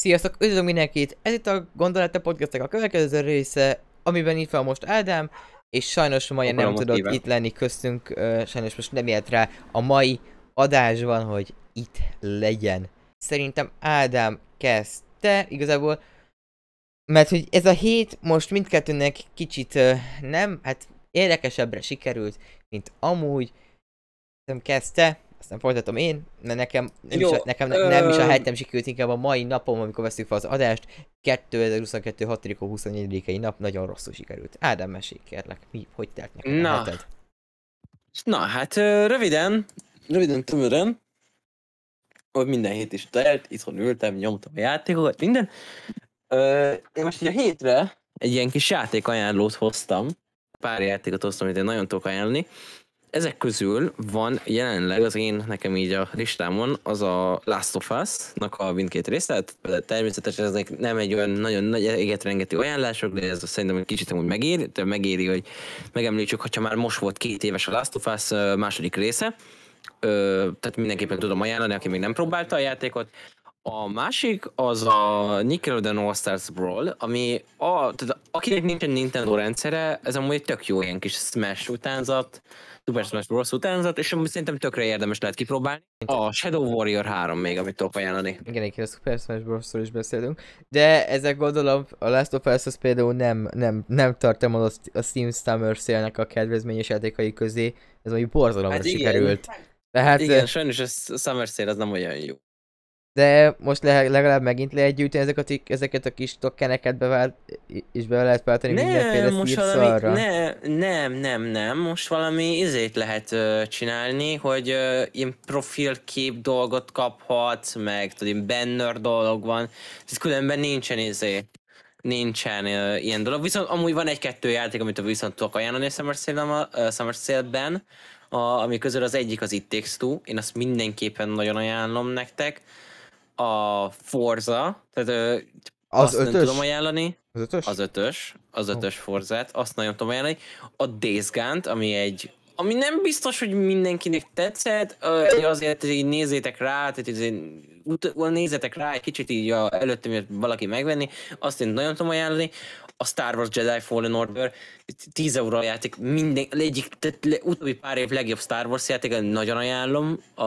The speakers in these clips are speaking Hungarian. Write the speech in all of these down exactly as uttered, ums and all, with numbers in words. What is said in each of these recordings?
Sziasztok, üdvözlök mindenkit! Ez itt a Gondolata Podcastnak a következő része, amiben itt van most Ádám, és sajnos Maja nem tudott éve. itt lenni köztünk, uh, sajnos most nem ért rá a mai adásban, hogy itt legyen. Szerintem Ádám kezdte igazából, mert hogy ez a hét most mindkettőnek kicsit uh, nem, hát érdekesebbre sikerült, mint amúgy. Szerintem kezdte, aztán folytatom én, mert nekem, nem, Jó, is a, nekem ö... nem is a hetem sikerült, inkább a mai napom, amikor veszük fel az adást, kétezer-huszonkettő. hatodika huszonnégyedikei nap nagyon rosszul sikerült. Ádám, mesélj kérlek, mi, hogy telt neked Na. a heted? Na, hát ö, röviden, röviden tömören, hogy minden hét is telt, itthon ültem, nyomtam a játékokat, minden. Ö, én most így a hétre egy ilyen kis játékajánlót hoztam, pár játékot hoztam, amit én nagyon tudok ajánlani. Ezek közül van jelenleg az én, nekem így a listámon, az a Last of Us-nak a mindkét része, tehát természetesen ezek nem egy olyan nagyon nagy égetrengető ajánlások, de ez szerintem egy kicsit amúgy megéri, tehát megéri, hogy megemlítsük, hogyha már most volt két éves a Last of Us második része, Ö, tehát mindenképpen tudom ajánlani, aki még nem próbálta a játékot. A másik az a Nickelodeon All Stars Brawl, ami a, tehát akinek nincsen Nintendo rendszere, ez amúgy egy tök jó ilyen kis Smash utánzat, Super Smash Bros. Utánzat, és amúgy szerintem tökre érdemes lehet kipróbálni. A Shadow Warrior három még, amit tudok ajánlani. Igen, egy a Super Smash Bros.-ról is beszélünk, de ezek gondolom, a Last of Us az például nem, nem, nem tartom a a Steam Summer Sale-nek a kedvezményes játékai közé, ez mondjuk borzalomra Hát igen. sikerült. Tehát, Igen, sajnos ez a Summer Sale az nem olyan jó. de most le, legalább megint lehet gyűjteni ezeket, a- ezeket a kis tokeneket bevált, és be lehet váltani mindenféle Nem, most valami, szírszarra. ne, nem, nem, nem, most valami izét lehet uh, csinálni, hogy uh, ilyen profilkép dolgot kaphatsz, meg tudod, ilyen banner dolog van, ez különben nincsen izé, nincsen uh, ilyen dolog, viszont amúgy van egy-kettő játék, amit viszont tudok ajánlani a Summer Sale-ben, uh, Summer Sale-ben, a, ami közül az egyik az It Takes Two, én azt mindenképpen nagyon ajánlom nektek, a Forza, tehát uh, Az azt nem ötös? tudom ajánlani. Az ötös? Az ötös, az ötös Forzát, azt nagyon tudom ajánlani. A Days Gone-t, ami egy, ami nem biztos, hogy mindenkinek tetszett, ö, azért így nézzétek rá, tehát így, ut- nézzetek rá egy kicsit így a, előtte, miért valaki megvenni, azt én nagyon tudom ajánlani. A Star Wars Jedi Fallen Order, tíz euró a játék, minden, egyik, tehát le, utóbbi pár év legjobb Star Wars játék, nagyon ajánlom. A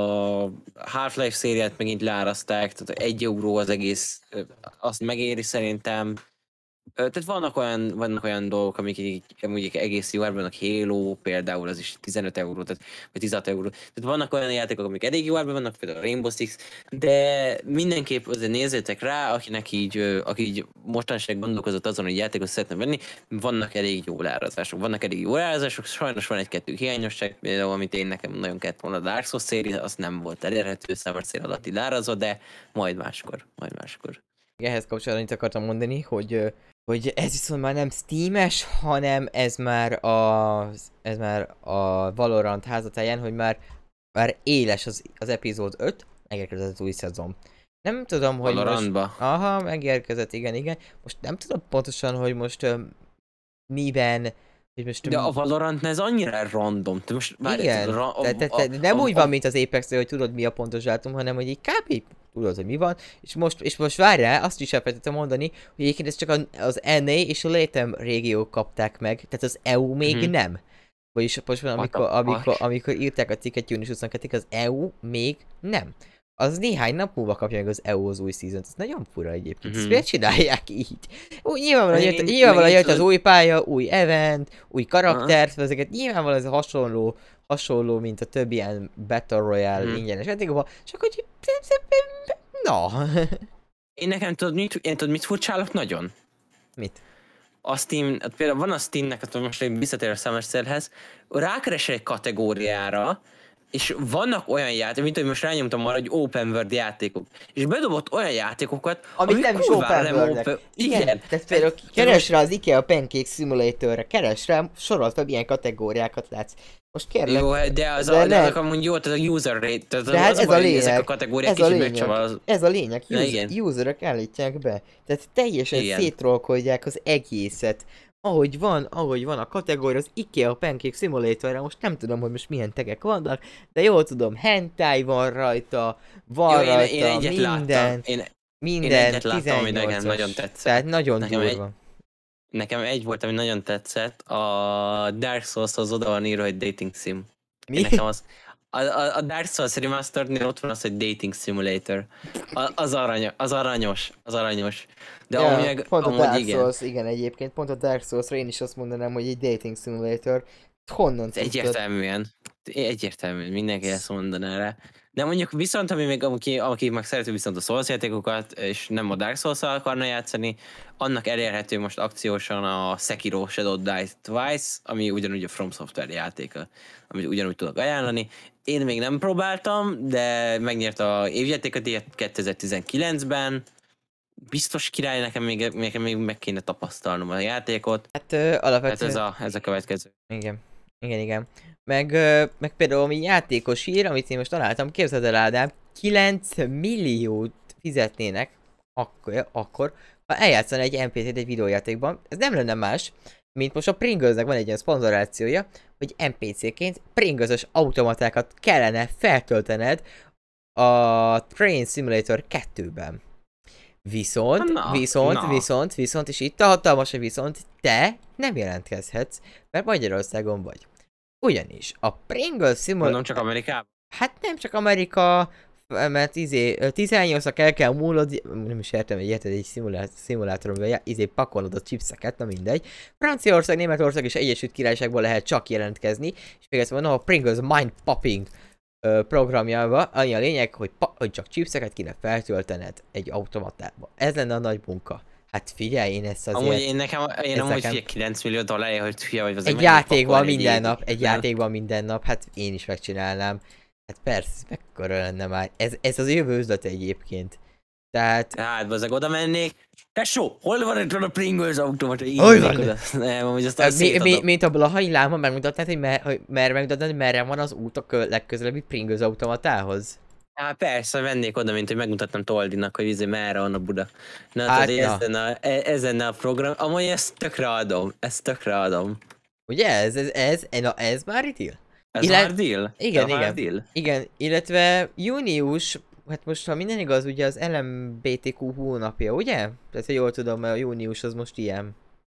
Half-Life szériát megint leáraszták, tehát egy euró az egész, azt megéri szerintem. Tehát vannak olyan, vannak olyan dolgok, amik így, amúgy egész jó árban, a Halo például, az is tizenöt euró, tehát, vagy tizenhat euró. Tehát vannak olyan játékok, amik elég jó árban vannak, például a Rainbow Six, de mindenképp azért nézzétek rá, akinek így, aki így mostanság gondolkozott azon, hogy játékot szeretne venni, vannak elég jó leárazások, vannak elég jó leárazások, sajnos van egy-kettő hiányosság, például amit én nekem nagyon kellett volna a Dark Souls széria, az nem volt elérhető Summer Sale alatti leárazva, de majd máskor, majd máskor. Ehhez kapcsolatban annyit akartam mondani, hogy, ö, hogy ez viszont már nem Steam-es, hanem ez már a, ez már a Valorant házatáján, hogy már, már éles az, az epizód öt, megérkezett az új szezon. Nem tudom, hogy Valorantba. most... Aha, megérkezett, igen, igen. Most nem tudom pontosan, hogy most ö, miben... Hogy most De a Valorant ez annyira random. Te most várj, igen, ra- te, te, te, nem úgy van, mint az apex hogy tudod mi a pontos dátum, hanem hogy így kb. Tudod, hogy mi van, és most, és most várjál, azt is elfelejtettem mondani, hogy egyébként ez csak az en á és a Latam régiók kapták meg, tehát az é u még Mhm. nem. Vagyis most amikor, amikor, amikor írták a cikket június huszonkettedikén, az é u még nem. Az néhány nap múlva kapja meg az é u az új season-t, ez nagyon fura egyébként, ezt Mhm. miért csinálják így? Úgy nyilvánvalóan Én- jött, én- nyilvánvalóan én jött az tudod- új pálya, új event, új karakter, ezeket nyilvánvalóan ez hasonló, hasonló, mint a többi ilyen Battle Royale Mhm. ingyenes játékokban, csak hogy... Na. Én nekem tudod mit, én tudod mit furcsálok nagyon? Mit? A Steam, hát például van a Steamnek, hát most egy visszatér a Summer Sale-hez, rákeresel egy kategóriára, és vannak olyan játékok, mint hogy most rányomtam arra, hogy open world játékok, és bedobott olyan játékokat, Amik nem is kurvára open nem world-nek. open- Igen, Igen. tehát például keres rá az IKEA Pancake Simulator-re, keres rá, sorolt fel milyen kategóriákat látsz. Most kérlek, Jó, de az, de a, de nem. azok amúgy jó, tehát a user rate, tehát de hát az ez a baj, hogy ezek lényeg, a kategóriák ez a kicsit lényeg, megcsavar az... ez a lényeg, Na, Use, igen. userök állítják be. Tehát teljesen Igen. szétrolkodják az egészet. Ahogy van, ahogy van a kategória, az IKEA Pancake Simulatorra, most nem tudom, hogy most milyen tegek vannak, de jól tudom, hentai van rajta, van Jó, én, rajta, én egyet minden. láttam. Én, Minden egyet láttam, ami nekem tizennyolcas. nagyon tetszett. Tehát nagyon Nekem durva. Nekem egy volt, ami nagyon tetszett, a Dark Souls-hoz oda van írva, hogy dating sim. Mi? Én nekem az, a, a, a Dark Souls Remastered-nél ott van az, hogy dating simulator. A, az, arany, az aranyos, az aranyos. De Ja, ami meg, pont a amúgy Dark igen. Souls, igen egyébként, pont a Dark Souls-ra én is azt mondanám, hogy egy dating simulator. Honnan tudtad? Egyértelműen. Egyértelműen, mindenki ezt mondaná rá. De mondjuk viszont, ami még, aki, aki meg szereti viszont a Souls játékokat, és nem a Dark Souls-szal akarna játszani, annak elérhető most akciósan a Sekiro Shadow Die Twice, ami ugyanúgy a From Software játéka, amit ugyanúgy tudok ajánlani. Én még nem próbáltam, de megnyerte a évjátékot kétezer-tizenkilencben. Biztos király, nekem még, nekem még meg kéne tapasztalnom a játékot. Hát ö, alapvetően... Hát ez a, ez a következő. Igen. Igen, igen. Meg, ö, meg például ami játékos hír, amit én most találtam, képzeld el Ádám, kilenc milliót fizetnének akkor, akkor ha eljátszana egy en pé cét egy videójátékban. Ez nem lenne más, mint most a Pringlesnek van egy ilyen szponzorációja, hogy en pé céként Pringles-ös automatákat kellene feltöltened a Train Simulator kettőben. Viszont, Na, viszont, na. viszont, viszont, és itt a hatalmas a viszont, te nem jelentkezhetsz, mert Magyarországon vagy. Ugyanis a Pringles Simulator... Mondom csak Amerikában. Hát nem csak Amerika, mert izé, tizennyolcra el kell múlod, nem is értem, hogy érted egy szimulá- szimulátoron, izé pakolod a chipseket, na mindegy. Franciaország, Németország és Egyesült Királyságban lehet csak jelentkezni, és még ezt mondom, a Pringles Mind Popping programjában, annyi a lényeg, hogy, pa- hogy csak chipseket kéne feltöltened egy automatába. Ez lenne a nagy munka. Hát figyelj, én ezt azért... Amúgy én nekem, én ez amúgy nekem- figyelj, kilenc millió dollárja, hogy hülye vagy, azért Egy meg kell játékban pakolni minden egy nap, egy évben. játékban minden nap, hát én is megcsinálnám. Hát persze, mekkora lenne már. Ez, ez az jövő üzlete egyébként. Tehát... Hát, bazzeg, oda mennék. Tesó, hol van itt a Pringles automata? Így Hol mennék van? oda. Nem, amúgy azt azt Mi, mi, szétadom. mint a Blahai láma megmutatnád, hogy, mer, hogy merre megmutatnád, hogy merre van az út a kö- legközelebbi Pringles automatához? Hát persze, vennék oda, mint hogy megmutatnám Toldinak, hogy izé merre van a Buda. Na, Hát, hát, na. ez, lenne a, e- ez lenne a program. Amúgy ezt tökre adom. Ezt tökre adom. Ugye ez, ez, ez, na, ez már itt ír? Ez Illet- hard deal? Igen, Ez a hard igen. deal? Igen, illetve június, hát most ha minden igaz, ugye az el em bé té kú hónapja, ugye? Tehát, ha jól tudom, mert a június az most ilyen.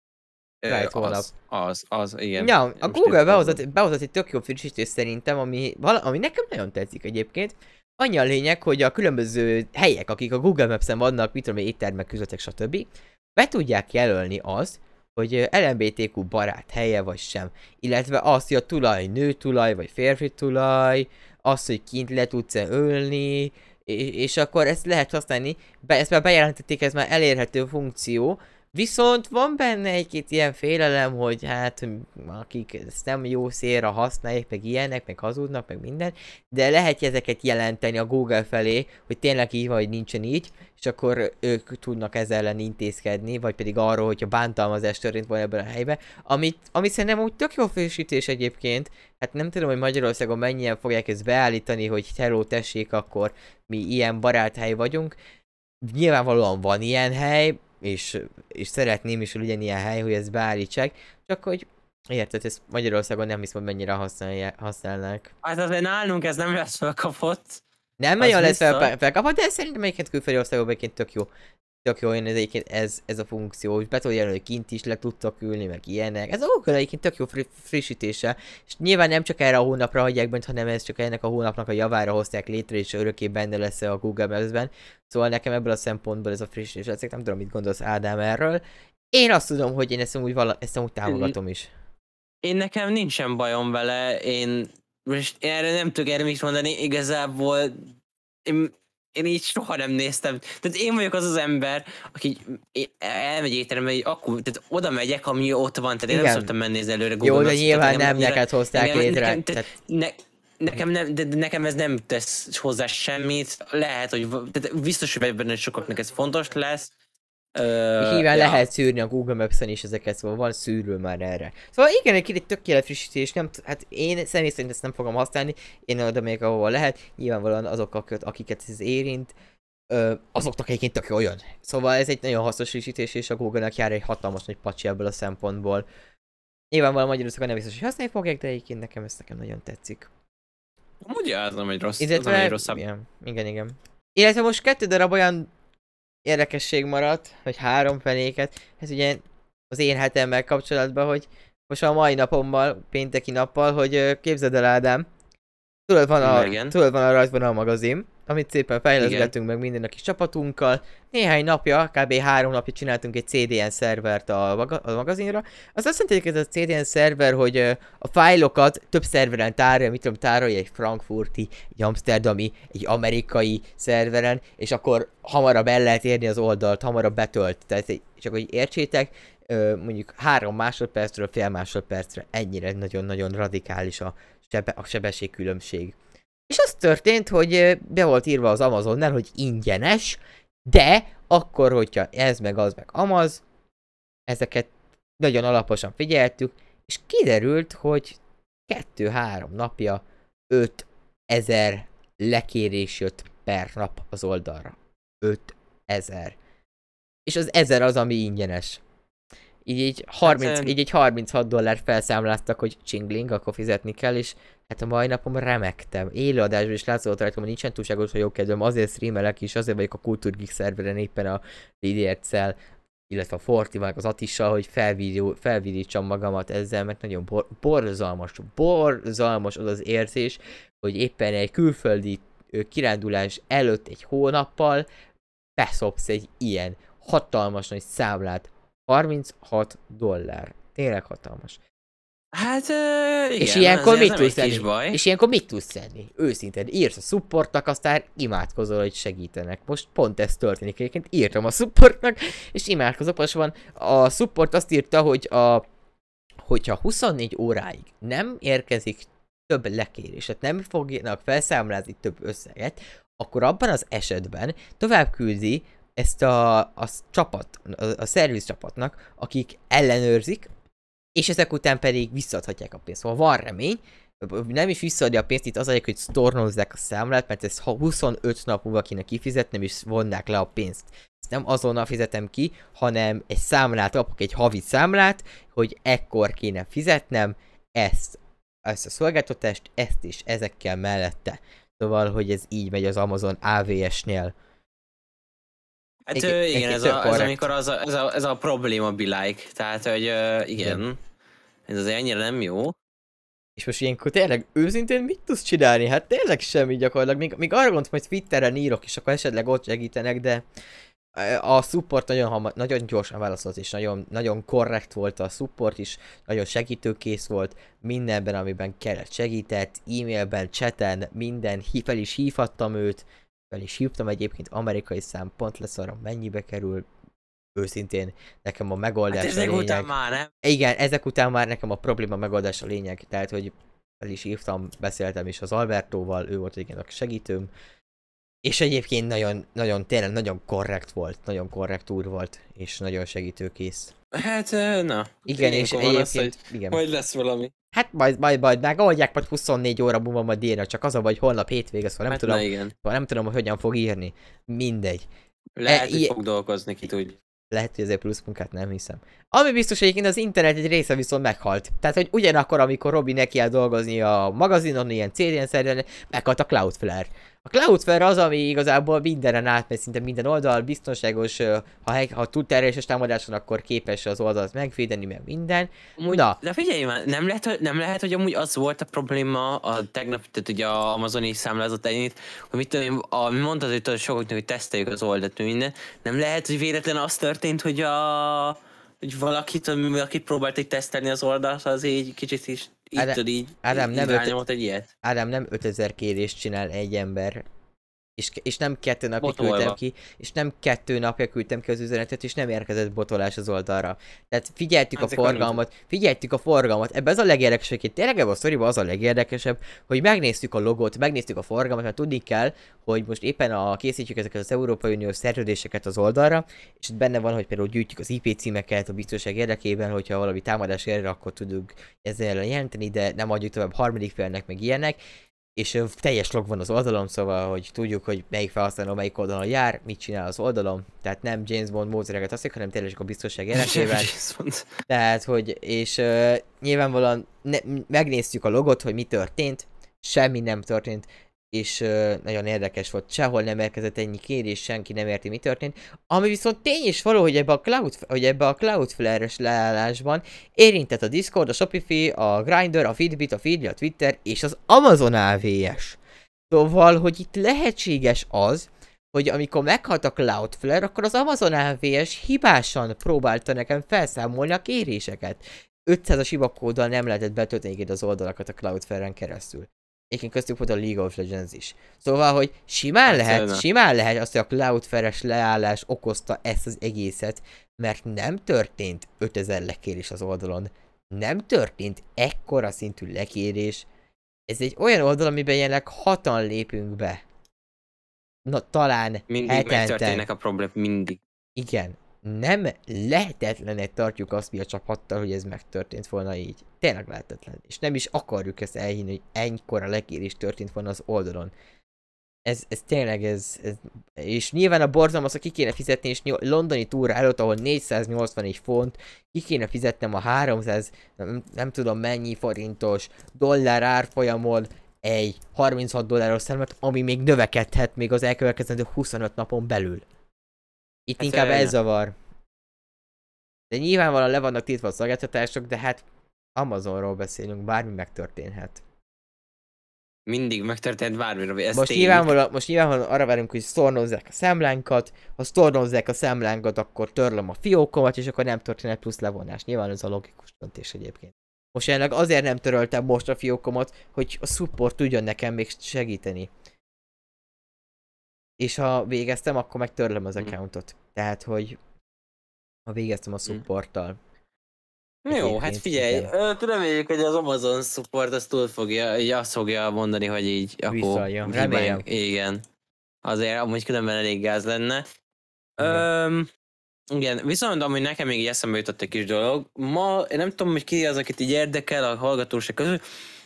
Ö, Right hónap. az, az, az, igen. Ja, a Most Google itt behozott, behozott egy tök jó frissítés szerintem, ami, vala, ami nekem nagyon tetszik egyébként. Annyi a lényeg, hogy a különböző helyek, akik a Google Maps-en vannak, mit tudom én, éttermek, üzletek, stb. Be tudják jelölni azt, hogy el em bé té kú barát helye vagy sem. Illetve azt, hogy a tulaj nő tulaj, vagy férfi tulaj, azt, hogy kint le tudsz-e ölni, és, és akkor ezt lehet használni. Be, ezt már bejelentették, ez már elérhető funkció. Viszont van benne egy-két ilyen félelem, hogy hát akik ezt nem jó szélre használják, meg ilyenek, meg hazudnak, meg minden, de lehet ezeket jelenteni a Google felé, hogy tényleg így van, hogy nincsen így, és akkor ők tudnak ezzel ellen intézkedni, vagy pedig arról, hogyha bántalmazás történt volna ebben a helyben, amit, amit szerintem úgy tök jó frissítés egyébként, hát nem tudom, hogy Magyarországon mennyien fogják ezt beállítani, hogy hello, tessék, akkor mi ilyen baráthely vagyunk. Nyilvánvalóan van ilyen hely, és, és szeretném is, hogy legyen ilyen hely, hogy ezt beállítsák, csak hogy érted, ezt Magyarországon nem hiszem, hogy mennyire használják, használnák. Hát azért nálunk ez nem lesz felkapott. Nem Az nagyon lesz biztos. fel, felkapott, de szerintem egyébként külföldi országokban egyébként tök jó. Tök jó, én ez egyébként ez, ez a funkció, hogy be tudod jelölni, hogy kint is le tudtok ülni, meg ilyenek. Ez a Google egyébként tök jó fri- frissítése. És nyilván nem csak erre a hónapra hagyják bent, hanem ez csak ennek a hónapnak a javára hozták létre, és örökké benne lesz a Google Maps-ben. Szóval nekem ebből a szempontból ez a frissítés, ezek nem tudom, mit gondolsz Ádám erről. Én azt tudom, hogy én ezt amúgy, vala, ezt amúgy támogatom is. Én nekem nincsen bajom vele, én most erre nem tudok erre mit mondani, igazából én, én így soha nem néztem. Tehát én vagyok az az ember, aki elmegy étterembe, hogy akkor, tehát oda megyek, ami ott van, tehát én Igen. nem szoktam menni előre Google Jó, de Maps-t, nyilván tehát nem engem- neked hozták engem- létre. nekem- Tehát, Ne, nekem, nem, de de nekem ez nem tesz hozzá semmit, lehet, hogy tehát biztos, hogy benne sokaknak ez fontos lesz. Ö, Nyilván ja. lehet szűrni a Google Maps-en is ezeket, szóval van szűrő már erre. Szóval igen, egy egy tökéletes frissítés, nem, t- hát én személy szerint ezt nem fogom használni, én oda még ahol lehet, nyilvánvalóan azok, akiket, akiket ez érint, ö, azoknak egyébként tök jó jön. Szóval ez egy nagyon hasznos frissítés, és a Google-nek jár egy hatalmas nagy pacsi ebből a szempontból. Nyilvánvalóan Magyarországon nem biztos, hogy használni fogják, de egyébként nekem ez nekem nagyon tetszik. Ugye az nem egy rossz, az nem Illetve, egy rosszabb. igen, igen, igen. Illetve most kettő darab olyan érdekesség maradt, hogy három fenéket, ez ugye az én hetemmel kapcsolatban, hogy most a mai napommal, pénteki nappal, hogy ö, képzeld el, Ádám, tudod van a, Igen. tudod van a rajzvonal magazin, amit szépen fejleszgettünk meg minden a kis csapatunkkal. Néhány napja, kb. három napja csináltunk egy cé dé en szervert a, maga, a magazinra. Az azt jelenti, hogy ez a cé dé en szerver, hogy ö, a fájlokat több szerveren tárolja, mit tudom, tárolja egy frankfurti, egy amsterdami, egy amerikai szerveren, és akkor hamarabb el lehet érni az oldalt, hamarabb betölt. Tehát csak hogy értsétek, ö, mondjuk három másodpercről fél másodpercre ennyire nagyon-nagyon radikális a, sebe, a sebességkülönbség. És az történt, hogy be volt írva az Amazonnál, hogy ingyenes, de akkor, hogyha ez meg az meg amaz, ezeket nagyon alaposan figyeltük, és kiderült, hogy kettő-három napja ötezer lekérés jött per nap az oldalra. ötezer. És az ezer az, ami ingyenes. Így egy, harminc, Hát, így egy harminchat dollár felszámláztak, hogy csingling, akkor fizetni kell, és hát a mai napom remektem. Élőadásban is látszott rajtam, hogy nincsen túlságosan jó kedvem, azért streamelek is, azért vagyok a Kultúrgeek szerveren éppen a Lidérccel, illetve a Fortival, az Atissal, hogy felvidítsam magamat ezzel, mert nagyon bor borzalmas, borzalmas az az érzés, hogy éppen egy külföldi kirándulás előtt egy hónappal beszopsz egy ilyen hatalmas nagy számlát. harminchat dollár. Tényleg hatalmas. Hát uh, igen, és ilyenkor mit tudsz tenni? tenni? És ilyenkor mit tudsz tenni? Őszintén, írsz a supportnak, aztán imádkozol, hogy segítenek. Most pont ez történik egyébként. Írtam a supportnak, és imádkozok. Most van, a support azt írta, hogy a, hogyha huszonnégy óráig nem érkezik több lekérés, tehát nem fognak felszámlázni több összeget, akkor abban az esetben tovább küldi ezt a, a csapat, a, a szerviz csapatnak, akik ellenőrzik, és ezek után pedig visszaadhatják a pénzt. Szóval van remény, nem is visszaadja a pénzt, itt az egyik, hogy sztornozzák a számlát, mert ez huszonöt nap múlva kéne kifizetnem, és vonnák le a pénzt. Ezt nem azonnal fizetem ki, hanem egy számlát kapok, egy havi számlát, hogy ekkor kéne fizetnem ezt, ezt a szolgáltatást, ezt is ezekkel mellette. Szóval, hogy ez így megy az Amazon á vé es-nél. Hát igen, ö, igen ez, a, ez amikor az a, ez, a, ez a probléma be like, tehát hogy ö, igen, igen, ez azért annyira nem jó. És most ilyenkor tényleg őszintén mit tudsz csinálni? Hát tényleg semmi gyakorlatilag, még, még arra gondoltam, hogy Twitteren írok, és akkor esetleg ott segítenek, de a support nagyon, hamar, nagyon gyorsan válaszolt, és nagyon, nagyon korrekt volt a support is, nagyon segítőkész volt, mindenben, amiben kellett segített, e-mailben, chaten, minden, fel is hívhattam őt, fel is hívtam egyébként, amerikai szám, pont leszarom, mennyibe kerül, őszintén nekem a megoldás hát ezek a lényeg. Után már nem? Igen, ezek után már nekem a probléma megoldás a lényeg, tehát hogy fel is hívtam, beszéltem is az Albertóval, ő volt igen a segítőm, és egyébként nagyon, nagyon, tényleg nagyon korrekt volt, nagyon korrekt úr volt, és nagyon segítőkész. Hát, na. Igen, és egyébként, az, hogy igen. Majd lesz valami. Hát majd, majd, majd megoldják, majd huszonnégy óra múlva majd írnak, csak az a vagy holnap hétvége, szóval nem hát tudom, na, igen. szóval nem tudom, hogy hogyan fog írni. Mindegy. Lehet, e, hogy ilyen... fog dolgozni, ki tudja. Lehet, hogy ezért plusz munkát nem hiszem. Ami biztos, hogy egyébként az internet egy része viszont meghalt. Tehát, hogy ugyanakkor, amikor Robi neki áll dolgozni a magazinon, ilyen cé dé en szerűen, meghalt a Cloudflare. A Cloudflare az, ami igazából mindenen átmegy, szinte minden oldal, biztonságos, ha, ha tud terjeses támadáson, akkor képes az oldalt megvédeni, meg minden. Amúgy, Na. De figyelj már, nem lehet, hogy, nem lehet, hogy amúgy az volt a probléma a tegnap, tehát ugye a Amazoni számlázott ennyit, hogy mit tudom én, a, mondtad, hogy sokaknak, hogy teszteljük az oldalt, minden. Nem lehet, hogy véletlen az történt, hogy a hogy valakit, akit próbáltak tesztelni az oldalt, az így kicsit is így Ádám, tud így, Ádám, így nem rányomott egy ilyet. Ádám, nem ötezer kérést csinál egy ember. És, és nem kettő napja Botolva. küldtem ki, és nem kettő napja küldtem ki az üzenetet, és nem érkezett botolás az oldalra. Tehát figyeltük hát a forgalmat, figyeltük a forgalmat, ebben az a legérdekesebb, tényleg ebben a sztoriban az a legérdekesebb, hogy megnéztük a logot, megnéztük a forgalmat, mert tudni kell, hogy most éppen a, készítjük ezeket az Európai Uniós szerződéseket az oldalra, és benne van, hogy például gyűjtjük az i pé címeket a biztonság érdekében, hogyha valami támadás ér, akkor tudunk ezzel jelenteni, de nem adjuk tovább harmadik félnek, meg ilyenek. És ö, teljes log van az oldalon, szóval, hogy tudjuk, hogy melyik felhasználó melyik oldalon jár, mit csinál az oldalon. Tehát nem James Bond módszereket használjuk, hanem tényleg a biztonság érdekében. Tehát, hogy, és ö, nyilvánvalóan ne, megnéztük a logot, hogy mi történt, semmi nem történt. és uh, nagyon érdekes volt, sehol nem érkezett ennyi kérés, senki nem érti, mi történt. Ami viszont tény is való, hogy ebbe a, Cloud, hogy ebbe a Cloudflare-es leállásban érintett a Discord, a Shopify, a Grindr, a Fitbit, a Feedly, a Twitter és az Amazon á vé es. Szóval, hogy itt lehetséges az, hogy amikor meghalt a Cloudflare, akkor az Amazon á vé es hibásan próbálta nekem felszámolni a kéréseket. ötszázas hibakóddal nem lehetett betölteni az oldalakat a Cloudflare-en keresztül. Egyébként köztük volt a League of Legends is. Szóval, hogy simán lehet, Egyszerűen. simán lehet azt, hogy a Cloudflare-es leállás okozta ezt az egészet, mert nem történt ötezer lekérés az oldalon. Nem történt ekkora szintű lekérés. Ez egy olyan oldal, amiben jelenleg hatan lépünk be. Na, talán Mindig hetente. megtörténnek a problém, mindig. Igen. Nem lehetetlenek tartjuk azt mi a csapattal, hogy ez megtörtént volna így. Tényleg lehetetlen. És nem is akarjuk ezt elhinni, hogy ennyikora lekérés történt volna az oldalon. Ez, ez tényleg, ez, ez... És nyilván a borzalmas, ki kéne fizetni, és londoni túra előtt, ahol négyszáznyolcvanegy font, ki kéne fizetnem a háromszáz, nem, nem tudom mennyi forintos dollár árfolyamon egy harminchat dolláros szeremet, ami még növekedhet még az elkövetkezendő huszonöt napon belül. Itt Ez inkább olyan. ez zavar. De nyilvánvalóan le vannak tiltva a szolgáltatások, de hát Amazonról beszélünk, bármi megtörténhet. Mindig megtörtént bármiről, ez Most tény. nyilvánvalóan, most nyilvánvalóan arra várunk, hogy sztornozzák a számlánkat, ha sztornozzák a számlánkat, akkor törlöm a fiókomat, és akkor nem történhet plusz levonás. Nyilván ez a logikus döntés egyébként. Most jelenleg azért nem töröltem most a fiókomat, hogy a support tudjon nekem még segíteni. És ha végeztem, akkor meg törlöm az Hmm. accountot. Tehát, hogy ha végeztem a supporttal. Jó, Egyébként hát figyelj, igen. ö, reméljük, hogy az Amazon support azt túl fogja, így azt fogja mondani, hogy így akkor Visszajön, hibáink- remélem. Igen. Azért amúgy különben elég gáz lenne. Igen. Öm, igen, viszont amúgy nekem még így eszembe jutott egy kis dolog. Ma, én nem tudom, hogy ki az, akit így érdekel a hallgatóság közül.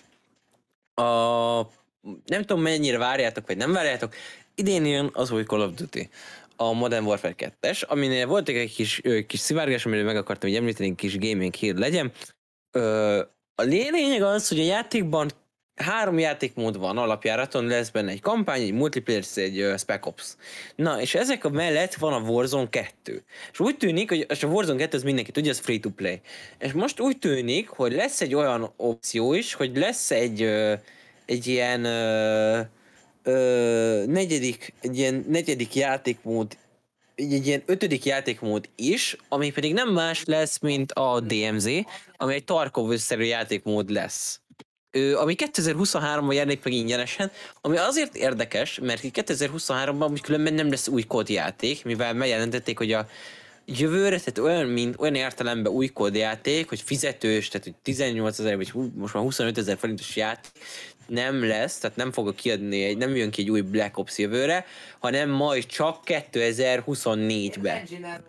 A, nem tudom, mennyire várjátok, vagy nem várjátok. Idén jön az új Call of Duty. A Modern Warfare kettes, aminél volt egy kis, ö, kis szivárgás, amiről meg akartam így említeni, kis gaming hír legyen. Ö, a lényeg az, hogy a játékban három játékmód van alapjáraton, lesz benne egy kampány, egy multiplayer, egy uh, Spec Ops. Na, és ezek a mellett van a Warzone kettő. És úgy tűnik, hogy és a Warzone kettő az mindenki tudja, az free to play. És most úgy tűnik, hogy lesz egy olyan opció is, hogy lesz egy, uh, egy ilyen uh, uh, negyedik, egy ilyen negyedik játékmód, egy, egy ilyen ötödik játékmód is, ami pedig nem más lesz, mint a dé em zé, ami egy Tarkov-szerű játékmód lesz. Ö, ami kétezer-huszonháromban jelenik meg ingyenesen, ami azért érdekes, mert kétezer-huszonháromban úgy különben nem lesz új kódjáték, mivel megjelentették, hogy a jövőre, tehát olyan, mint, olyan értelemben új kódjáték, hogy fizetős, tehát hogy tizennyolcezer vagy hú, most már huszonötezer forintos játék nem lesz, tehát nem fogok kiadni, egy, nem jön ki egy új Black Ops jövőre, hanem majd csak kétezer-huszonnégyben.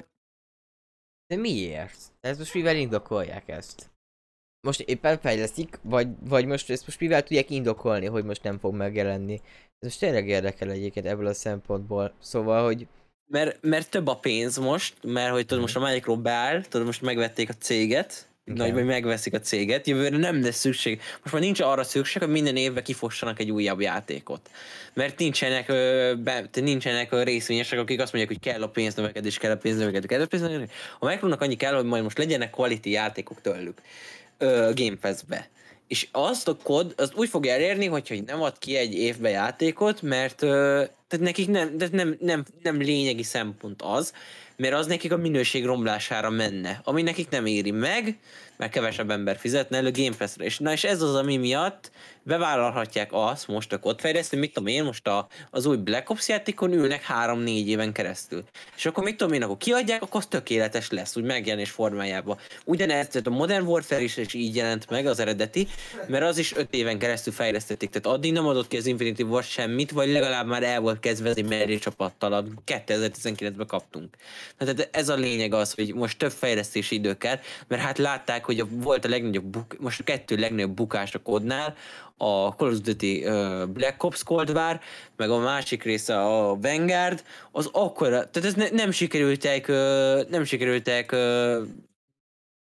De miért? Ez most mivel indokolják ezt? Most éppen fejleszik, vagy, vagy most ezt most mivel tudják indokolni, hogy most nem fog megjelenni? Ez most tényleg érdekel egyébként ebből a szempontból. Szóval, hogy... Mert, mert több a pénz most, mert hogy tudod, most a Micro beáll, tudod, most megvették a céget, Igen. nagyban megveszik a céget, jövőre nem lesz szükség. Most már nincs arra szükség, hogy minden évben kifossanak egy újabb játékot. Mert nincsenek, ö, be, nincsenek ö, részvényesek, akik azt mondják, hogy kell a pénznövekedés, kell a pénznövekedés, kell a pénznövekedés. A Micronak annyi kell, hogy majd most legyenek quality játékok tőlük ö, Game Pass-be. És azt a kod, azt úgy fog elérni, hogyha nem ad ki egy évbe játékot, mert ö, tehát nekik nem, tehát nem, nem, nem lényegi szempont az, mert az nekik a minőség romlására menne, ami nekik nem éri meg, mert kevesebb ember fizetne elő Game Pass-re. És, na és ez az, ami miatt bevállalhatják azt most a kódfejlesztő, mit tudom én, most a, az új Black Ops játékon ülnek három-négy éven keresztül. És akkor mit tudom én, akkor kiadják, akkor az tökéletes lesz, úgy megjelenés formájában. Ugyanez, tehát a Modern Warfare is, is így jelent meg, az eredeti, mert az is öt éven keresztül fejlesztették. Tehát addig nem adott ki az Infinity War semmit, vagy legalább már el volt kezdve egy merri csapattal, a kétezer-tizenkilencben kaptunk. Tehát ez a lényeg az, hogy most több fejlesztési idő kell, mert hát látták, hogy volt a legnagyobb buk, most a kettő legnagyobb bukás a kódnál, a Call of Duty uh, Black Ops Cold War, meg a másik része a Vanguard, az akkora, tehát ez ne, nem sikerültek, uh, nem sikerültek uh,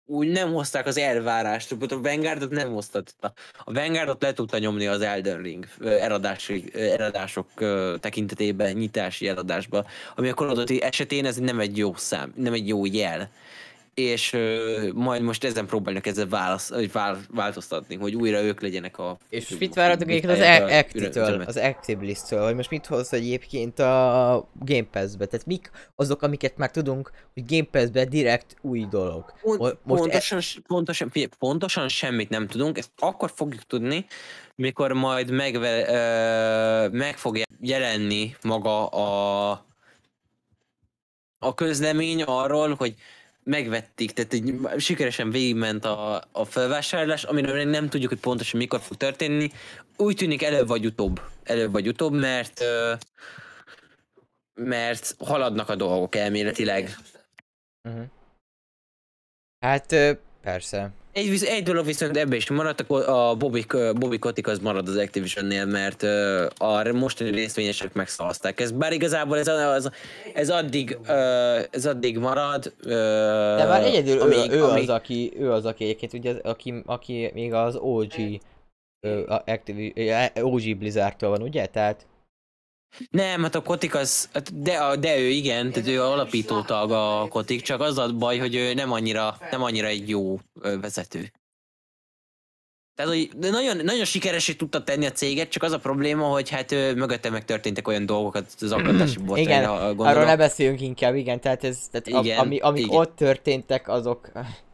úgy nem hozták az elvárást, a Vanguardot nem hoztad. A Vanguardot le tudta nyomni az Elden Ring eladási, eladások tekintetében, nyitási eladásba, ami a Call of Duty esetén ez nem egy jó szám, nem egy jó jel. És uh, majd most ezen próbálnak ezzel válasz, változtatni, hogy újra ők legyenek a... És mit várhatok egyébként az Actitől, az Actibliss-től, hogy most mit hoz egyébként a Game Pass-be? Tehát mik azok, amiket már tudunk, hogy Game Pass-be direkt új dolog? Pont, most pontosan, e... pontosan, pontosan semmit nem tudunk, ezt akkor fogjuk tudni, mikor majd megve, ö, meg fog jelenni maga a, a közlemény arról, hogy megvették, tehát egy, sikeresen végigment a, a felvásárlás, amiről nem tudjuk, hogy pontosan mikor fog történni. Úgy tűnik előbb vagy utóbb, előbb vagy utóbb, mert mert haladnak a dolgok elméletileg. Uh-huh. Hát persze. Egy, egy dolog viszont ebben is maradt, a Bobby, Bobby Kotick az marad az Activision-nél, mert a mostani részvényesek megszavazták ezt. Bár igazából ez, az, ez, addig, ez addig marad. De már egyedül amíg, ő, ő, amíg... az, aki, ő az, aki egyébként, ugye, aki, aki még az o gé, Activi, o gé Blizzardtól van, ugye? Tehát... Nem, hát a Kotick az, de, de ő igen, tehát ő alapító tag a Kotick, csak az a baj, hogy ő nem annyira, nem annyira egy jó vezető. Tehát, hogy nagyon, nagyon sikeresé tudta tenni a céget, csak az a probléma, hogy hát mögötte megtörténtek olyan dolgokat az akadatási botrányra, gondolom. Arról ne beszéljünk inkább, igen, tehát, ez, tehát igen, a, ami, amik igen. ott történtek, azok...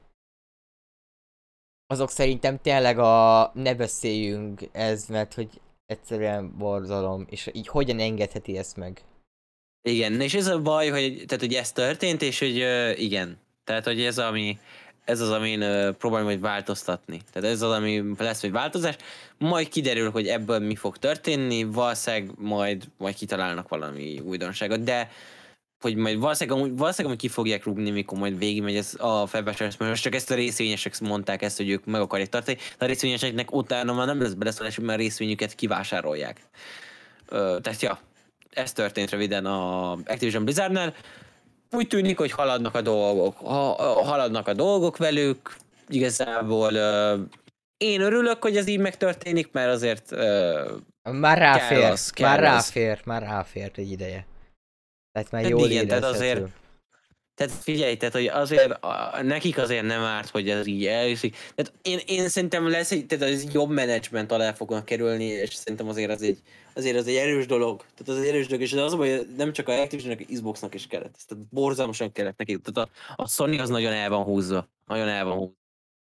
Azok szerintem tényleg a... Ne beszéljünk ez, mert hogy... Egyszerűen borzalom, és így hogyan engedheti ezt meg? Igen, és ez a baj, hogy, tehát, hogy ez történt, és hogy uh, igen. Tehát, hogy ez, ami, ez az, amin uh, próbálom majd változtatni. Tehát ez az, ami lesz, hogy változás. Majd kiderül, hogy ebből mi fog történni, valószínűleg majd, majd kitalálnak valami újdonságot, de hogy majd valószínűleg, valószínűleg ki fogják rúgni, mikor majd végigmegy ez a felvásárlás, most csak ezt a részvényesek mondták ezt, hogy ők meg akarják tartani, de a részvényeseknek utána már nem lesz beleszólás, mert a részvényüket kivásárolják. Ö, tehát ja, ez történt röviden a Activision Blizzardnál. Úgy tűnik, hogy haladnak a dolgok, ha, haladnak a dolgok velük, igazából ö, én örülök, hogy ez így megtörténik, mert azért ö, már ráfér, kell az, kell már ráfér, az. már ráfért egy ideje. Tehát már jól igen, tehát azért, tehát figyelj, tehát hogy azért, a, nekik azért nem árt, hogy ez így elviszik. Tehát én, én szerintem lesz egy, tehát ez jobb menedzsment alá fognak kerülni, és szerintem azért az egy, azért az egy erős dolog. Tehát az egy erős dolog, és az, hogy nem csak a Activisionnek, a Xboxnak is kellett. Tehát borzalmasan kellett nekik. Tehát a, a Sony az nagyon el van húzva. Nagyon el van húzva.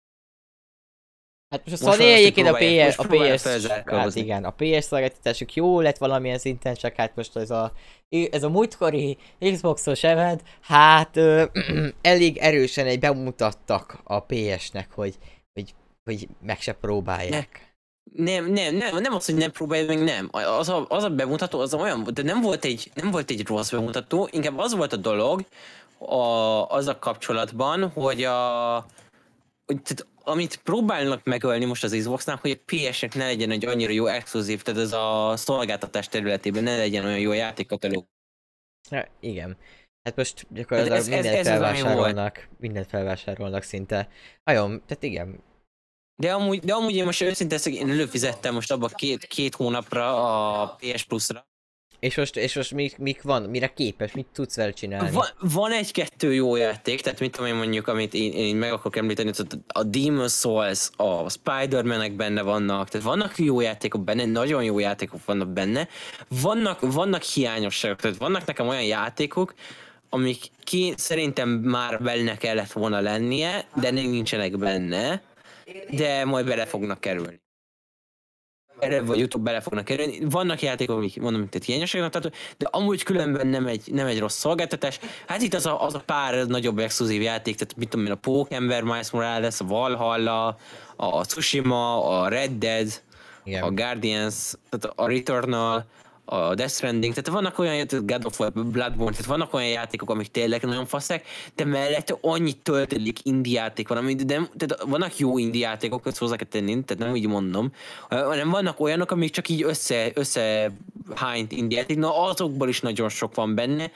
Hát most a Sony egyébként a pé es, a pé es, hát igen, a pé es szolgáltatásuk jó lett valamilyen szinten, csak hát most ez a, ez a múltkori Xboxos event, hát ö, elég erősen egy bemutattak a pé esnek, hogy, hogy, hogy meg se próbálják. Nem, nem, nem, nem az, hogy nem próbálják meg, nem. Az a, az a bemutató, az olyan, de nem volt, egy, nem volt egy rossz bemutató, inkább az volt a dolog, a, az a kapcsolatban, hogy a, hogy, tehát, amit próbálnak megölni most az Xboxnál, hogy a pé esnek ne legyen egy annyira jó exkluzív, tehát ez a szolgáltatás területében ne legyen olyan jó játékkatalóg. Ja, igen. Hát most gyakorlatilag ez, mindent ez, ez felvásárolnak, mindent felvásárolnak szinte. Nagyon, tehát igen. De amúgy, de amúgy én most őszintén én előfizettem most abba két, két hónapra a pé es Plus-ra. És most, és most mik, mik van? Mire képes? Mit tudsz vele csinálni? Van, van egy-kettő jó játék, tehát mit tudom én mondjuk, amit én, én meg akarok említeni, a Demon's Souls, a Spider-Man-ek benne vannak, tehát vannak jó játékok benne, nagyon jó játékok vannak benne, vannak, vannak hiányosságok, tehát vannak nekem olyan játékok, amik ki szerintem már benne kellett volna lennie, de nincsenek benne, de majd bele fognak kerülni. Erre vagy YouTube bele fognak kerülni. Vannak játékok, amik mondom, mint egy hiányosságnak tartó, de amúgy különben nem egy, nem egy rossz szolgáltatás. Hát itt az a, az a pár nagyobb exkluzív játék, tehát mit tudom én, a Pókember, Miles Morales, a Valhalla, a Tsushima, a Red Dead, igen. A Guardians, tehát a Returnal, a Death Stranding, tehát vannak olyan játékok, God of War, Bloodborne, tehát vannak olyan játékok, amik tényleg nagyon faszák, de mellette annyi töltelék indie játék van, amit nem, tehát vannak jó indie játékok, ezt hozzá kell tenni, tehát nem úgy mondom, hanem vannak olyanok, amik csak így össze, össze hányt indie játék, na azokból is nagyon sok van benne,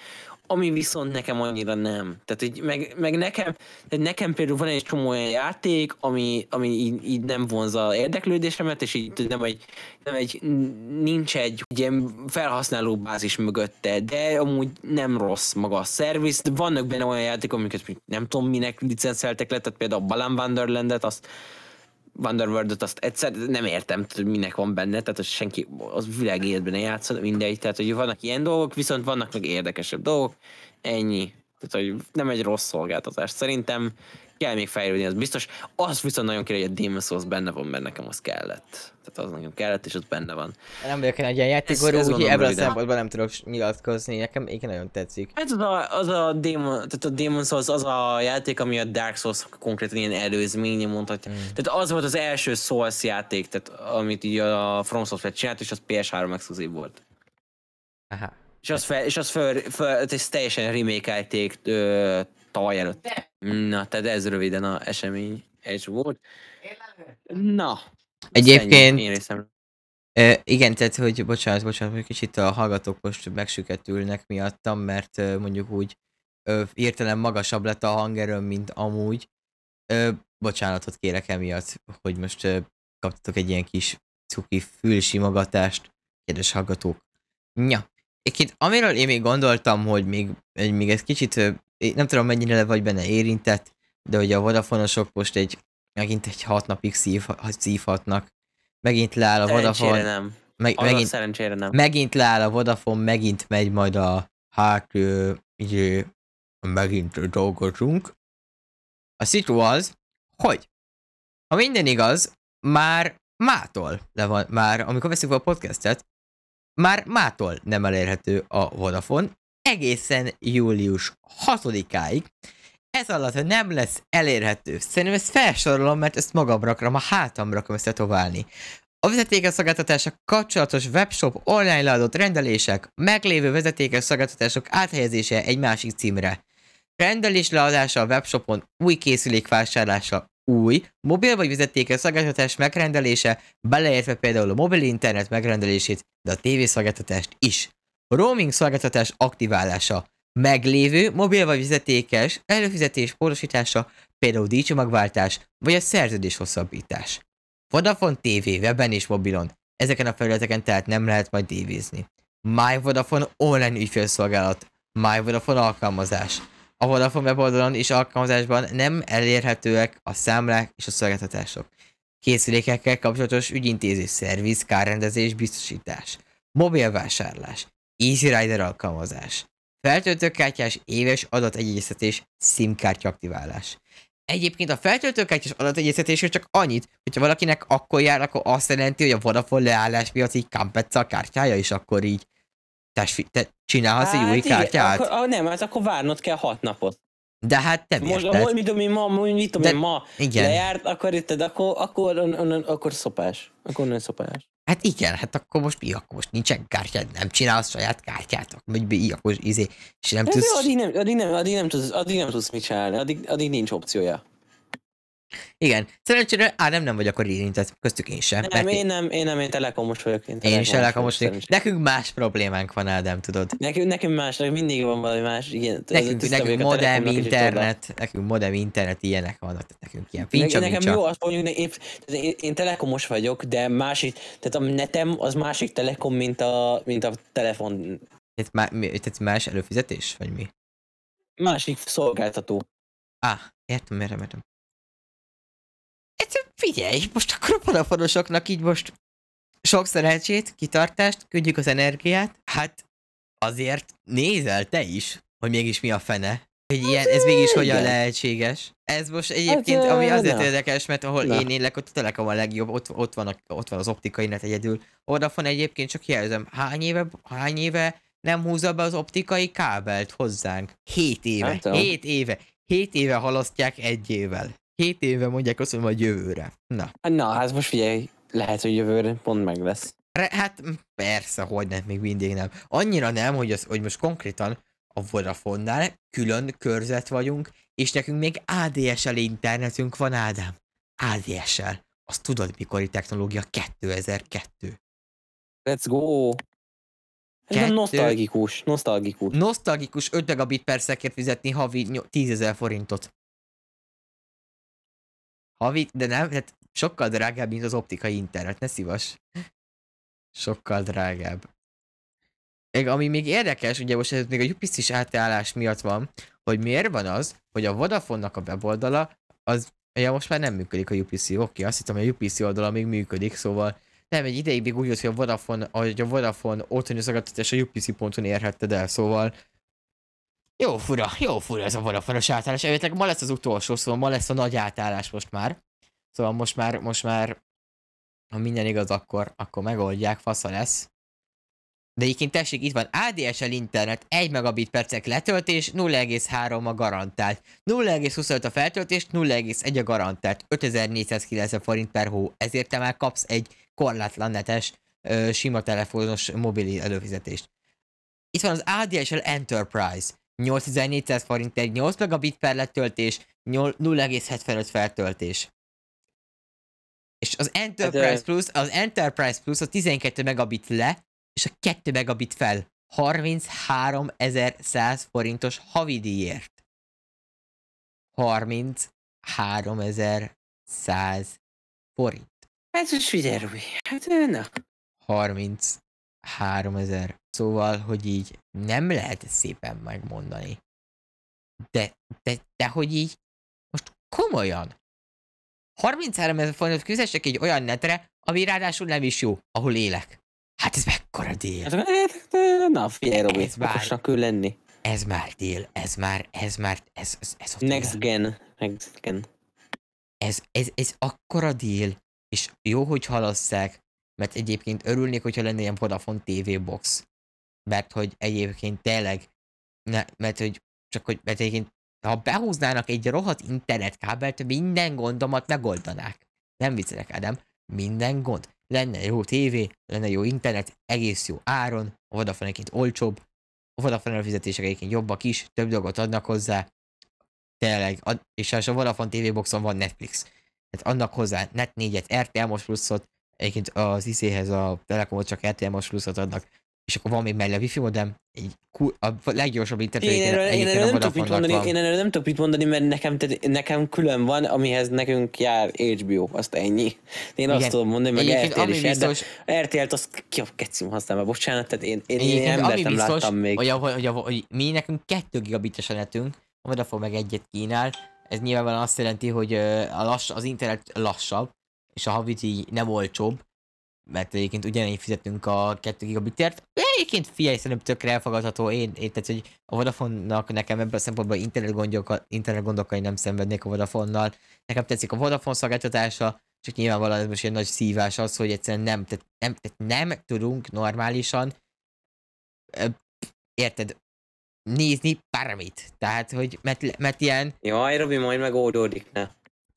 ami viszont nekem annyira nem. Tehát, hogy meg, meg nekem, tehát nekem például van egy csomó olyan játék, ami, ami így, így nem vonza érdeklődésemet, és így nem egy, nem egy, nincs egy ilyen felhasználó bázis mögötte, de amúgy nem rossz maga a szerviz. De vannak benne olyan játékok, amiket nem tudom minek licenszeltek le, tehát például a Balan Wonderlandet, azt Wonderworld-ot azt egyszer nem értem, hogy minek van benne, tehát az senki az világ életben ne játszott, mindegy, tehát hogy vannak ilyen dolgok, viszont vannak meg érdekesebb dolgok, ennyi. Tehát, hogy nem egy rossz szolgáltatás. Szerintem kell még fejlődni, az biztos. Az viszont nagyon kell, hogy a Demon's Souls benne van, mert nekem az kellett. Tehát az nagyon kellett, és az benne van. Nem vagyok egy ilyen játékor, úgyhogy ebből a szempontból nem tudok nyilatkozni, nekem igen nagyon tetszik. Hát az a, az a, Demon, tehát a Demon's Souls az a játék, ami a Dark Souls konkrétan ilyen előzménye mondhatja. Mm. Tehát az volt az első Souls játék, tehát amit így a From Software csinált, és az pé es három exkluzív volt. Aha. És az, fel, és az föl, föl, ez teljesen remake-elték tavaly előtt. Na, tehát ez röviden a esemény egy volt. Na. Egyébként, e, igen, tehát, hogy bocsánat, bocsánat, hogy kicsit a hallgatók most megsüketülnek miattam, mert e, mondjuk úgy e, hirtelen magasabb lett a hangerőm, mint amúgy. E, bocsánatot kérek emiatt, hogy most e, kaptatok egy ilyen kis cuki fülsimogatást, kedves hallgatók. Ja. Egyébként amiről én még gondoltam, hogy még, még ez kicsit, nem tudom mennyire vagy benne érintett, de hogy a Vodafonosok most egy, megint egy hat napig szív, szívhatnak. Megint leáll a Vodafone. Nem. Meg, megint, szerencsére nem. Megint leáll a Vodafone, megint megy majd a, hát, ö, ö, megint dolgozunk. A szitu az, hogy ha minden igaz, már mától le van, már amikor veszünk a podcastet, már mától nem elérhető a Vodafone, egészen július hatodikáig. Ez alatt nem lesz elérhető. Szerintem ezt felsorolom, mert ezt magamra akarom, a hátamra akarom ezt tetoválni. A vezetékes szolgáltatások kapcsolatos webshop, online leadott rendelések, meglévő vezetékes szolgáltatások áthelyezése egy másik címre. Rendelés leadása a webshopon, új készülék vásárlása, új, mobil vagy vezetékes szolgáltatás megrendelése, beleértve például a mobil internet megrendelését, de a tévészolgáltatást is. A roaming szolgáltatás aktiválása, meglévő, mobil vagy vezetékes, előfizetés módosítása, például díjcsomagváltás, vagy a szerződés hosszabbítás. Vodafone té vé weben és mobilon. Ezeken a felületeken tehát nem lehet majd tévézni. My Vodafone online ügyfélszolgálat, My Vodafone alkalmazás. A Vodafone weboldalon és alkalmazásban nem elérhetőek a számlák és a szolgáltatások. Készülékekkel kapcsolatos ügyintézés, szerviz, kárrendezés, biztosítás. Mobilvásárlás. Easy Rider alkalmazás. Feltöltőkártyás éves adategyeztetés, SIM-kártya aktiválás. Egyébként a feltöltőkártyás adategyeztetésről csak annyit, hogyha valakinek akkor jár, akkor azt jelenti, hogy a Vodafone leállás miatt így kampetsz a kártyája, és akkor így te, te csinálhatsz hát egy új igen, kártyát? Akkor, nem, hát akkor várnod kell hat napot. De hát te most, most mit tudom én ma, mit tudom én ma igen. lejárt, akkor itt, akkor, akkor, akkor, akkor szopás. Akkor nem szopás. Hát igen, hát akkor most mi, akkor most nincsen kártyád, nem csinálsz saját kártyát, vagy mi, akkor izé, és nem tudsz... Addig nem, addig, nem, addig, nem tudsz, addig nem tudsz mit csinálni, addig, addig nincs opciója. Igen, szerencsére, á nem, nem vagy akkor érintett, köztük én sem. Nem, én nem, én nem, én telekomos vagyok. Én, én is telekomos vagyok. Nekünk más problémánk van, Ádám, tudod. Nekünk, nekünk más, mindig van valami más, igen. Nekünk, nekünk modem internet, nekünk modem internet, ilyenek vannak, tehát nekünk ilyen fincsa, nekem fincsa. Jó, azt mondjuk, én, én, én telekomos vagyok, de másik, tehát a netem az másik telekom, mint a, mint a telefon. Tehát, má, tehát más előfizetés, vagy mi? Másik szolgáltató. Á, ah, értem, értem, értem. Figyelj, most akkor a Vodafonosoknak így most sok szerencsét, kitartást, küldjük az energiát. Hát azért nézel te is, hogy mégis mi a fene. Hogy ilyen, ez mégis hogyan lehetséges. Ez most egyébként, ami azért érdekes, mert ahol na. én élek, ott a Telekom a legjobb, ott, ott, van, a, ott van az optikai net egyedül. Vodafone egyébként csak jelzem, hány éve, hány éve nem húzza be az optikai kábelt hozzánk? Hét éve, hát, hét éve, hét éve halasztják egy évvel. Hét éve mondják azt, hogy jövőre. Na. Na, hát most figyelj, lehet, hogy jövőre pont meg lesz. Hát persze, hogy nem, még mindig nem. Annyira nem, hogy, az, hogy most konkrétan a Vodafone-nál külön körzet vagyunk, és nekünk még á dé es el internetünk van, Ádám. á dé es el. Azt tudod, mikori technológia? kétezer-kettő. Let's go! Ez a nosztalgikus, nosztalgikus. Nosztalgikus öt megabit per szekért fizetni havi tízezer forintot. Havi, de nem, hát sokkal drágább, mint az optikai internet, ne szívas. Sokkal drágább. Még ami még érdekes, ugye most ez még a u pé cé-s átállás miatt van, hogy miért van az, hogy a Vodafone-nak a weboldala, az, ja most már nem működik a u pé cé, oké, azt hittem, hogy a u pé cé oldala még működik, szóval nem, egy ideig még úgy volt, hogy a Vodafone, hogy a Vodafone otthoni szolgáltatás a u pé cé ponton érhetted el, szóval jó fura, jó fura ez a Vodafone-os átállás, esetleg ma lesz az utolsó, szóval ma lesz a nagy átállás most már. Szóval most már, most már, ha minden igaz, akkor, akkor megoldják, fasza lesz. De egyébként tessék, itt van á dé es el internet, egy megabit percek letöltés, nulla egész három a garantált. nulla egész huszonöt a feltöltés, nulla egész egy a garantált. ötezer-négyszázkilencven forint per hó. Ezért te már kapsz egy korlátlan netes, ö, sima telefonos mobil előfizetést. Itt van az á dé es el Enterprise. nyolcezer-négyszáz forint egy nyolc megabit per letöltés, nulla egész hetvenöt feltöltés. És az Enterprise hát, Plus, az Enterprise Plus a tizenkét megabit le, és a két megabit fel. harmincháromezer-száz forintos havidíjért. harmincháromezer-száz forint. Ez is figyelj, hát na. harmincháromezer. Szóval, hogy így nem lehet szépen megmondani. De, de, de hogy így, most komolyan. harmincháromezer forintot fizessek egy olyan netre, ami ráadásul nem is jó, ahol élek. Hát ez mekkora dél. Na figyelj, Robi, okosnak kell lenni. Ez már dél, ez már, ez már, ez, ez, ez a Next gen, next gen. Ez, ez, ez akkora dél, és jó, hogy halasszák, mert egyébként örülnék, hogyha lenne ilyen Vodafone té vé box. Mert hogy egyébként tényleg, ne, mert hogy csak hogy, mert egyébként ha behúznának egy rohadt internetkábelt, minden gondomat megoldanák. Nem viccelek, Ádám, minden gond. Lenne jó tévé, lenne jó internet, egész jó áron, a Vodafone egyébként olcsóbb, a Vodafone előfizetések egyébként jobbak is, több dolgot adnak hozzá, tényleg, ad, és a Vodafone té vé boxon van Netflix, tehát adnak hozzá net négyet, er té el Most pluszot, egyébként az izéhez a Telekomot csak er té el Most pluszot adnak, és akkor van még mellé a wifi modem, egy a leggyorsabb internet én erről, én erről nem tudok mit mondani, van. Én erről nem tudok mit mondani, mert nekem, tehát, nekem külön van, amihez nekünk jár há bé ó, azt ennyi. Én igen, azt tudom mondani, meg er té el is, biztos, de er té el-t azt ki a kecim használom, bocsánat, tehát én, én, én embert nem biztos, láttam még. Hogy, hogy, hogy, hogy mi nekünk kettő gigabites a netünk, a Vodafone meg egyet kínál, ez nyilvánvalóan azt jelenti, hogy a lass, az internet lassabb, és a havi nem olcsóbb, mert egyébként ugyanígy fizetünk a kettő gigabitért. Egyébként figyelj, szerintem tökre elfogadható. Én, én tehát, hogy a Vodafone-nak nekem ebből a szempontból internet, gondokkal, internet gondokai nem szenvednék a Vodafone-nal. Nekem tetszik a Vodafone szolgáltatása, csak nyilvánvalóan ez most egy nagy szívás az, hogy egyszerűen nem, tehát nem, tehát nem tudunk normálisan, érted, nézni bármit. Tehát, hogy mert, mert ilyen... Jaj, Robi, majd megoldódik, ne?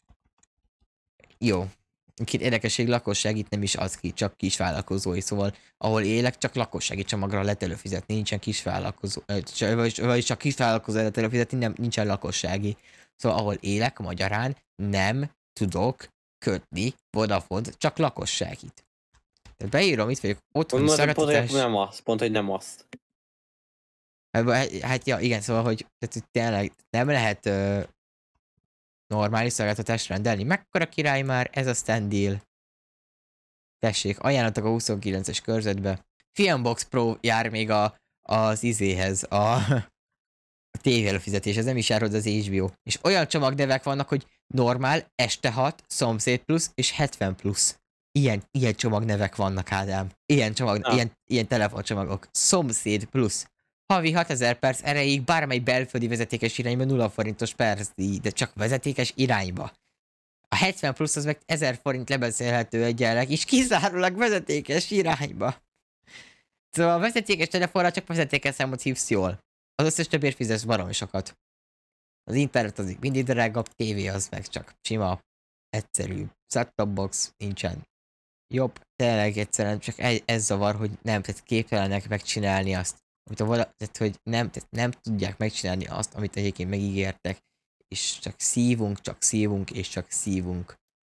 Jó. Két érdekesség, lakosság itt nem is az ki, csak kisvállalkozói, szóval ahol élek, csak lakossági csomagra lehet előfizetni, nincsen kisvállalkozó, vagy, vagy csak kisvállalkozó lehet előfizetni, nem, nincsen lakossági. Szóval ahol élek, magyarán nem tudok kötni Vodafone-t, csak lakosságit. Tehát beírom, itt vagyok, otthoni szolgáltatás... Pont, nem azt, pont, hogy nem azt. Hát, hát ja, igen, szóval, hogy, tehát, hogy tényleg nem lehet... Uh, normális szolgáltatást rendelni. Mekkora király már, ez a stand deal. Tessék, ajánlatok a huszonkilences körzetbe. Filmbox Pro jár még a, az izéhez, a, a tévé előfizetés, ez nem is jár hozzá az há bé ó. És olyan csomagnevek vannak, hogy normál, este hat, szomszéd plusz és hetven plusz. Ilyen, ilyen csomagnevek vannak, Ádám. Ilyen, csomag, ah. ilyen, ilyen telefoncsomagok. Szomszéd plusz. Havi hatezer perc erejéig bármely belföldi vezetékes irányba nulla forintos percdíj, de csak vezetékes irányba. A hetven plusz az meg ezer forint lebeszélhető egyenleg, és kizárólag vezetékes irányba. Szóval a vezetékes telefonra csak vezetékes számot hívsz jól. Az összes többért fizetsz baromi sokat. Az internet az mindig drágabb, tévé az meg csak sima, egyszerű. Set-top box nincsen. Jobb, tényleg egyszerűen csak ez zavar, hogy nem, tehát képtelenek megcsinálni azt. Amit a vala, tehát, hogy nem, tehát nem tudják megcsinálni azt, amit egyébként megígértek, és csak szívunk, csak szívunk, és csak szívunk.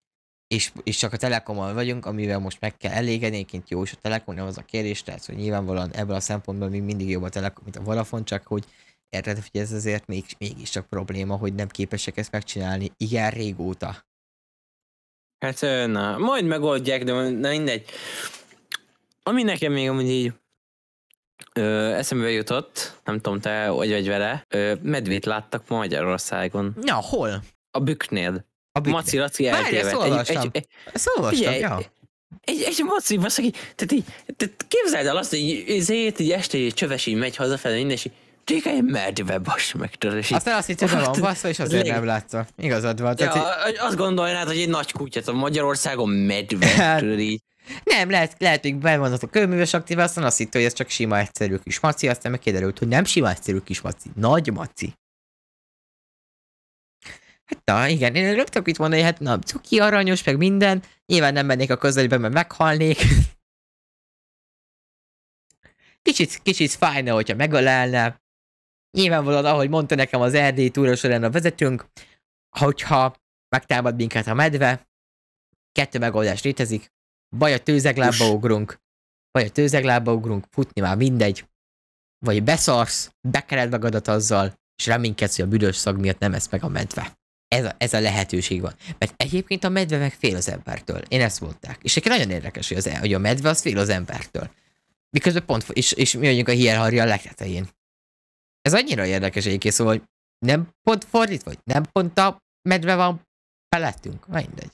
és, és csak a Telekommal vagyunk, amivel most meg kell elégedni, egyébként jó is a Telekom, nem az a kérdés, tehát hogy nyilvánvalóan ebből a szempontból még mindig jobb a Telekom, mint a Vodafone, csak hogy érted, hogy ez azért még, mégiscsak probléma, hogy nem képesek ezt megcsinálni igen régóta. Hát na, majd megoldják, de na mindegy. Ami nekem még amúgy így ö, eszembe jutott, nem tudom, te hogy vagy vele, ö, medvét láttak Magyarországon. Na, hol? A Bükknél. A Bükknél. Maci Laci Várj, eltévedt. ezt olvastam. Egy, egy, Ezt olvastam, figyelj, ja. Egy, egy maci, baszaki, tehát így, tehát képzeld el azt, hogy ezért így este egy csöves így megy hazafele minden, és így tényleg egy medve, bass meg, tudod, és így... Aztán azt hitt, hogy be van basszva, és azért nem látta. Igazad van. Ja, Tehát, így... azt gondolnád, hogy egy nagy kutyát a Magyarországon medve, tudod így. Nem, lehet, lehet, hogy bevonatok a kőműves aktíva, aztán azt hitt, hogy ez csak sima egyszerű kis maci, aztán meg kiderült, hogy nem sima egyszerű kis maci, nagy maci. Hát na, igen, én rögtön itt mondani, hát na, cuki, aranyos, meg minden, nyilván nem mennék a közelébe, mert meghalnék. Kicsit, kicsit fájna, hogyha megölelne. Nyilvánvalóan, ahogy mondta nekem az erdélyi túra során a vezetőnk, hogyha megtámad minket a medve, kettő megoldás létezik, vagy a tőzeglábba ugrunk, vagy a tőzeglábba ugrunk, futni már mindegy, vagy beszarsz, bekered magadat azzal, és reménykedsz, hogy a büdös szag miatt nem esz meg a medve. Ez a, ez a lehetőség van. Mert egyébként a medve meg fél az embertől. Én ezt mondták. És egyébként nagyon érdekes, hogy, az, hogy a medve az fél az embertől. Miközben pont, és, és mi vagyunk a hierarchia legtetején. Ez annyira érdekes egyébként, szóval, hogy nem pont fordít, vagy nem pont a medve van felettünk. Mindegy.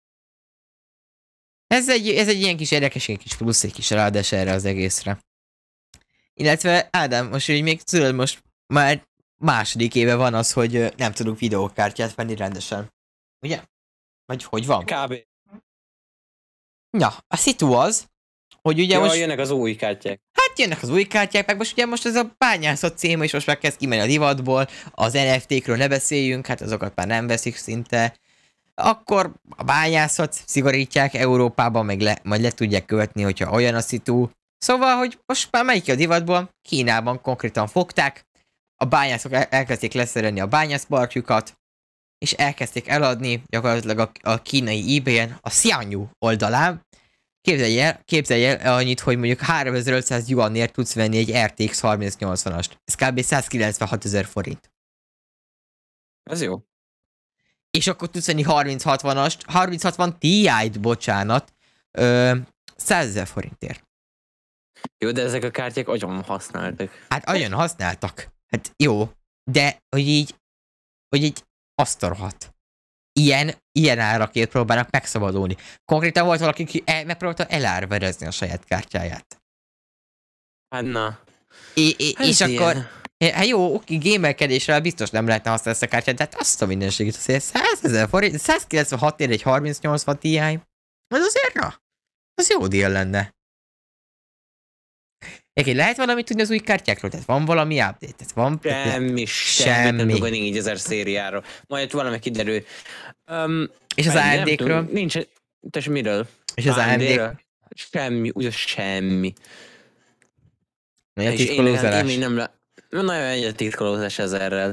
Ez egy, ez egy ilyen kis érdekes, egy kis plusz, egy kis ráadás erre az egészre. Illetve, Ádám, most így még tudod, most már második éve van az, hogy nem tudunk videókártyát venni rendesen. Ugye? Vagy hogy van? Kb. Ja, a szitu az, hogy ugye ja, most... jönnek az új kártyák. Hát jönnek az új kártyák, meg most ugye most ez a bányászat cím is most már kezd kimenni a divatból, az en ef té-kről ne beszéljünk, hát azokat már nem veszik szinte. Akkor a bányászat szigorítják Európában, meg le, majd le tudják követni, hogyha olyan a szitu. Szóval, hogy most már melyik a divatból, Kínában konkrétan fogták, a bányászok el- elkezdték leszerelni a bányászbarkjukat, és elkezdték eladni gyakorlatilag a, a kínai eBay-en, a Xiaoyu oldalán. Képzelj el, képzelj el annyit, hogy mondjuk háromezer-ötszáz yuanért tudsz venni egy er té iksz harmincnyolcvanast. Ez kb. százkilencvenhat ezer forint. Ez jó. És akkor tudsz venni harminc hatvanast, harminc hatvan Ti-t, bocsánat, ö, százezer forintért. Jó, de ezek a kártyák agyon használtak. Hát olyan használtak. Hát jó, de hogy így, hogy így azt a rohadt. Ilyen, ilyen árakért próbálnak megszabadulni. Konkrétan volt valaki, aki el, megpróbálta elárverezni a saját kártyáját. Hát na. É, é, Ez és ilyen. akkor, hát jó, oké, gamerkedésre biztos nem lehetne használni ezt a kártyát, de hát azt a mindenségét, azért százezer forint, százkilencvenhat ér egy harminc nyolcvan Ti, az azért na, az jó deal lenne. Egyébként lehet valamit tudni az új kártyákról? Tehát van valami update? Tehát van... Semmi, semmi. Nem tudok a négyezer szériáról. Majd valami kiderül. Um, és az á em dé-kről? Nincs, te miről? És az á em dé? Semmi, ugye semmi. Nagyon titkolózás. Én, én nem le... Nagyon egy titkolózás ezerrel.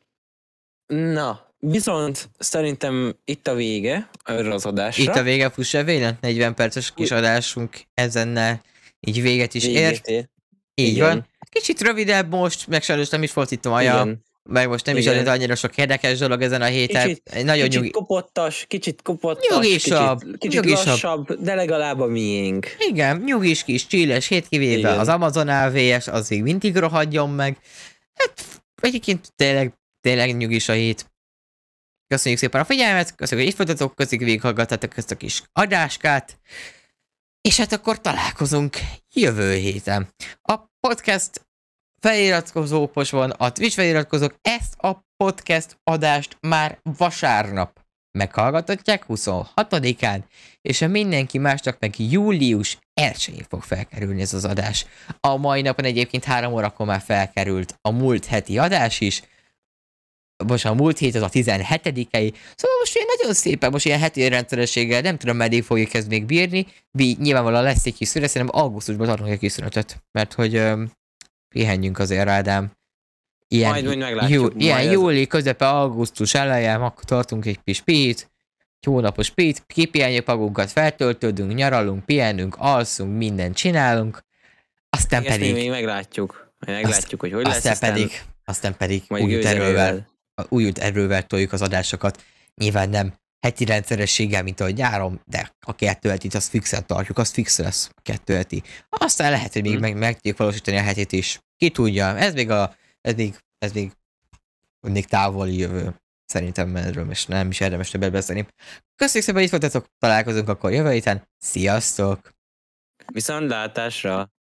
Na, viszont szerintem itt a vége erre az adásra. Itt a vége, fuss el vélen? negyven perces kis adásunk ezennel így véget is ért. Így igen. van. Kicsit rövidebb most, meg sajnos nem is volt itt a maja. Igen. Meg most nem igen. is annyira sok érdekes dolog ezen a héten. Kicsit, Nagyon kicsit nyugi... kopottas, kicsit kopottas, nyugisabb, kicsit, kicsit nyugisabb. lassabb, de legalább a miénk. Igen, nyugis kis, chilles hét kivéve igen. Az Amazon á vé es, az még mindig rohadjon meg. Hát egyébként tényleg, tényleg nyugis a hét. Köszönjük szépen a figyelmet, köszönjük, hogy itt voltatok, köszönjük, hogy végighallgattátok ezt a kis adáskát. És hát akkor találkozunk jövő héten. A podcast feliratkozópos van, a Twitch feliratkozók ezt a podcast adást már vasárnap meghallgathatják, huszonhatodikán, és a mindenki másnak meg július elsején fog felkerülni ez az adás. A mai napon egyébként három órakor már felkerült a múlt heti adás is, most a múlt hét az a tizenhetedikei, szóval most ilyen nagyon szépen, most ilyen heti rendszerességgel, nem tudom meddig fogjuk ezt még bírni, Mi, nyilvánvalóan lesz egy kis szünet, szerintem augusztusban tartunk egy kis szünetet, mert hogy öm, pihenjünk azért, Ádám. Ilyen, majd, majd meglátjuk. Jú, majd ilyen ez... júli, közepe, augusztus eleje, akkor tartunk egy kis pihit, hónapos pét, kipihenjük magunkat, feltöltődünk, nyaralunk, pihenünk, alszunk, mindent csinálunk, aztán Még ezt még, pedig, még meglátjuk. Meglátjuk, hogy hogy lesz. aztán Aztán pedig, aztán pedig majd újult erővel, gőzerővel. újult erővel toljuk az adásokat. Nyilván nem heti rendszerességgel, mint ahogy nyáron, de a kettő hetit azt fixen tartjuk, az fix lesz a kettő heti. Aztán lehet, hogy még Hm. meg, meg tudjuk valósítani a hetit is. Ki tudja, ez még a, ez még, ez még, még távoli jövő. Szerintem erről most nem is érdemes többet beszélni. Köszönjük szépen, hogy itt voltatok, találkozunk akkor jövő héten. Sziasztok! Viszontlátásra!